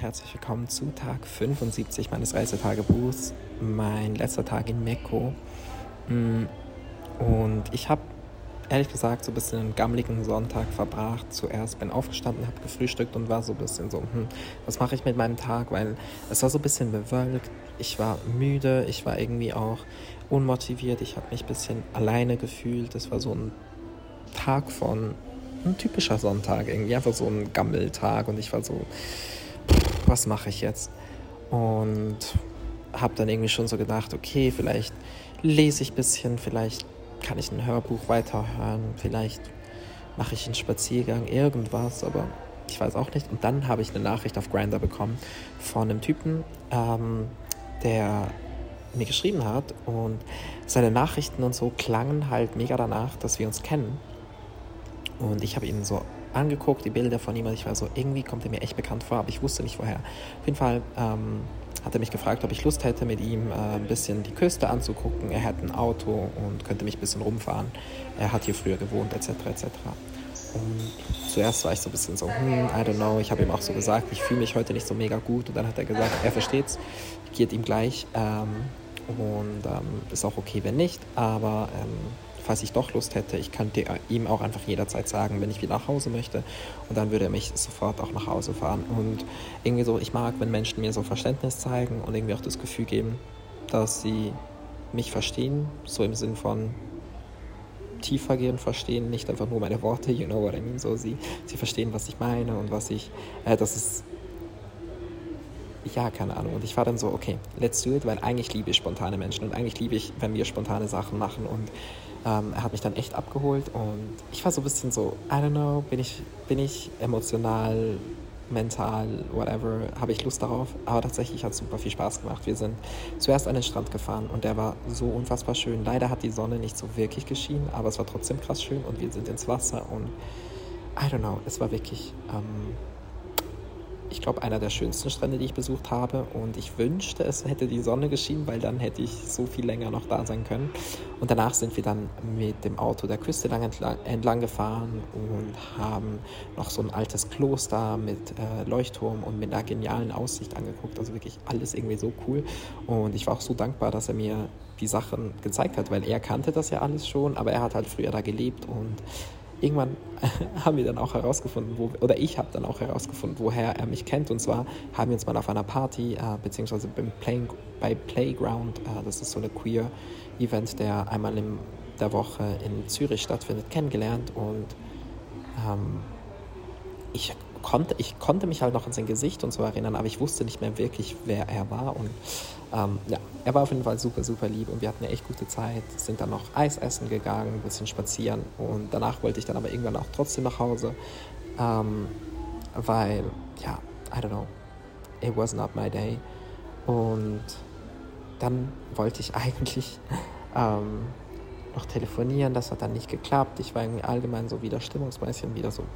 herzlich willkommen zu Tag 75 meines Reisetagebuchs, mein letzter Tag in Mekko. Und ich habe ehrlich gesagt so ein bisschen einen gammeligen Sonntag verbracht. Zuerst bin aufgestanden, habe gefrühstückt und war so ein bisschen so, was mache ich mit meinem Tag? Weil es war so ein bisschen bewölkt, ich war müde, ich war irgendwie auch unmotiviert, ich habe mich ein bisschen alleine gefühlt. Es war so Tag ein typischer Sonntag, irgendwie einfach so ein Gammeltag und ich war so, was mache ich jetzt? Und habe dann irgendwie schon so gedacht, okay, vielleicht lese ich ein bisschen, vielleicht kann ich ein Hörbuch weiterhören, vielleicht mache ich einen Spaziergang, irgendwas, aber ich weiß auch nicht. Und dann habe ich eine Nachricht auf Grindr bekommen von einem Typen, der mir geschrieben hat, und seine Nachrichten und so klangen halt mega danach, dass wir uns kennen. Und ich habe ihn so angeguckt, die Bilder von ihm, und ich war so, irgendwie kommt er mir echt bekannt vor, aber ich wusste nicht woher. Auf jeden Fall hat er mich gefragt, ob ich Lust hätte, mit ihm ein bisschen die Küste anzugucken. Er hat ein Auto und könnte mich ein bisschen rumfahren. Er hat hier früher gewohnt, etc. etc. Und zuerst war ich so ein bisschen so, I don't know. Ich habe ihm auch so gesagt, ich fühle mich heute nicht so mega gut. Und dann hat er gesagt, er versteht's, geht ihm gleich. Ist auch okay, wenn nicht. Aber falls ich doch Lust hätte, ich könnte ihm auch einfach jederzeit sagen, wenn ich wieder nach Hause möchte. Und dann würde er mich sofort auch nach Hause fahren. Und irgendwie so, ich mag, wenn Menschen mir so Verständnis zeigen und irgendwie auch das Gefühl geben, dass sie mich verstehen. So im Sinn von tiefergehend verstehen, nicht einfach nur meine Worte, you know what I mean. So, sie verstehen, was ich meine und das ist, ja, keine Ahnung. Und ich war dann so, okay, let's do it, weil eigentlich liebe ich spontane Menschen und eigentlich liebe ich, wenn wir spontane Sachen machen. Und er hat mich dann echt abgeholt und ich war so ein bisschen so, I don't know, bin ich emotional, mental, whatever, habe ich Lust darauf. Aber tatsächlich hat es super viel Spaß gemacht. Wir sind zuerst an den Strand gefahren und der war so unfassbar schön. Leider hat die Sonne nicht so wirklich geschienen, aber es war trotzdem krass schön und wir sind ins Wasser und I don't know, es war wirklich ich glaube, einer der schönsten Strände, die ich besucht habe. Und ich wünschte, es hätte die Sonne geschienen, weil dann hätte ich so viel länger noch da sein können. Und danach sind wir dann mit dem Auto der Küste entlang gefahren und haben noch so ein altes Kloster mit Leuchtturm und mit einer genialen Aussicht angeguckt. Also wirklich alles irgendwie so cool. Und ich war auch so dankbar, dass er mir die Sachen gezeigt hat, weil er kannte das ja alles schon, aber er hat halt früher da gelebt und irgendwann haben wir dann auch herausgefunden, ich habe dann auch herausgefunden, woher er mich kennt. Und zwar haben wir uns mal auf einer Party, beziehungsweise bei Playground, das ist so eine Queer-Event, der einmal in der Woche in Zürich stattfindet, kennengelernt. Und ich konnte mich halt noch an sein Gesicht und so erinnern, aber ich wusste nicht mehr wirklich, wer er war. Und er war auf jeden Fall super, super lieb und wir hatten eine echt gute Zeit, sind dann noch Eis essen gegangen, ein bisschen spazieren und danach wollte ich dann aber irgendwann auch trotzdem nach Hause, weil, ja, I don't know, it was not my day. Und dann wollte ich eigentlich noch telefonieren, das hat dann nicht geklappt. Ich war irgendwie allgemein so wieder stimmungsmäßig wieder so,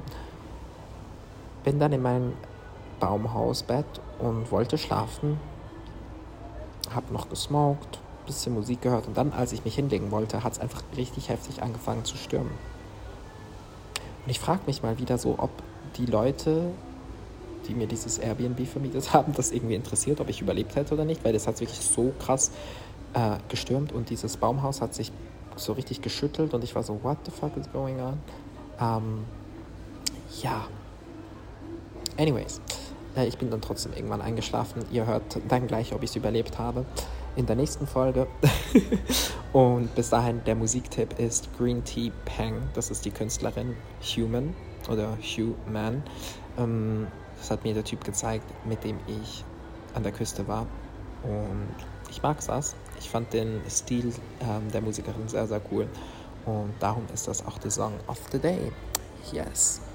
bin dann in mein Baumhausbett und wollte schlafen, habe noch gesmoked, bisschen Musik gehört und dann, als ich mich hinlegen wollte, hat es einfach richtig heftig angefangen zu stürmen. Und ich frage mich mal wieder so, ob die Leute, die mir dieses Airbnb vermietet haben, das irgendwie interessiert, ob ich überlebt hätte oder nicht, weil das hat wirklich so krass gestürmt und dieses Baumhaus hat sich so richtig geschüttelt und ich war so, what the fuck is going on? Ja. Anyways, ich bin dann trotzdem irgendwann eingeschlafen. Ihr hört dann gleich, ob ich es überlebt habe, in der nächsten Folge. Und bis dahin, der Musiktipp ist Green Tea Peng. Das ist die Künstlerin Human oder Human. Das hat mir der Typ gezeigt, mit dem ich an der Küste war. Und ich mag das. Ich fand den Stil der Musikerin sehr, sehr cool. Und darum ist das auch der Song of the Day. Yes.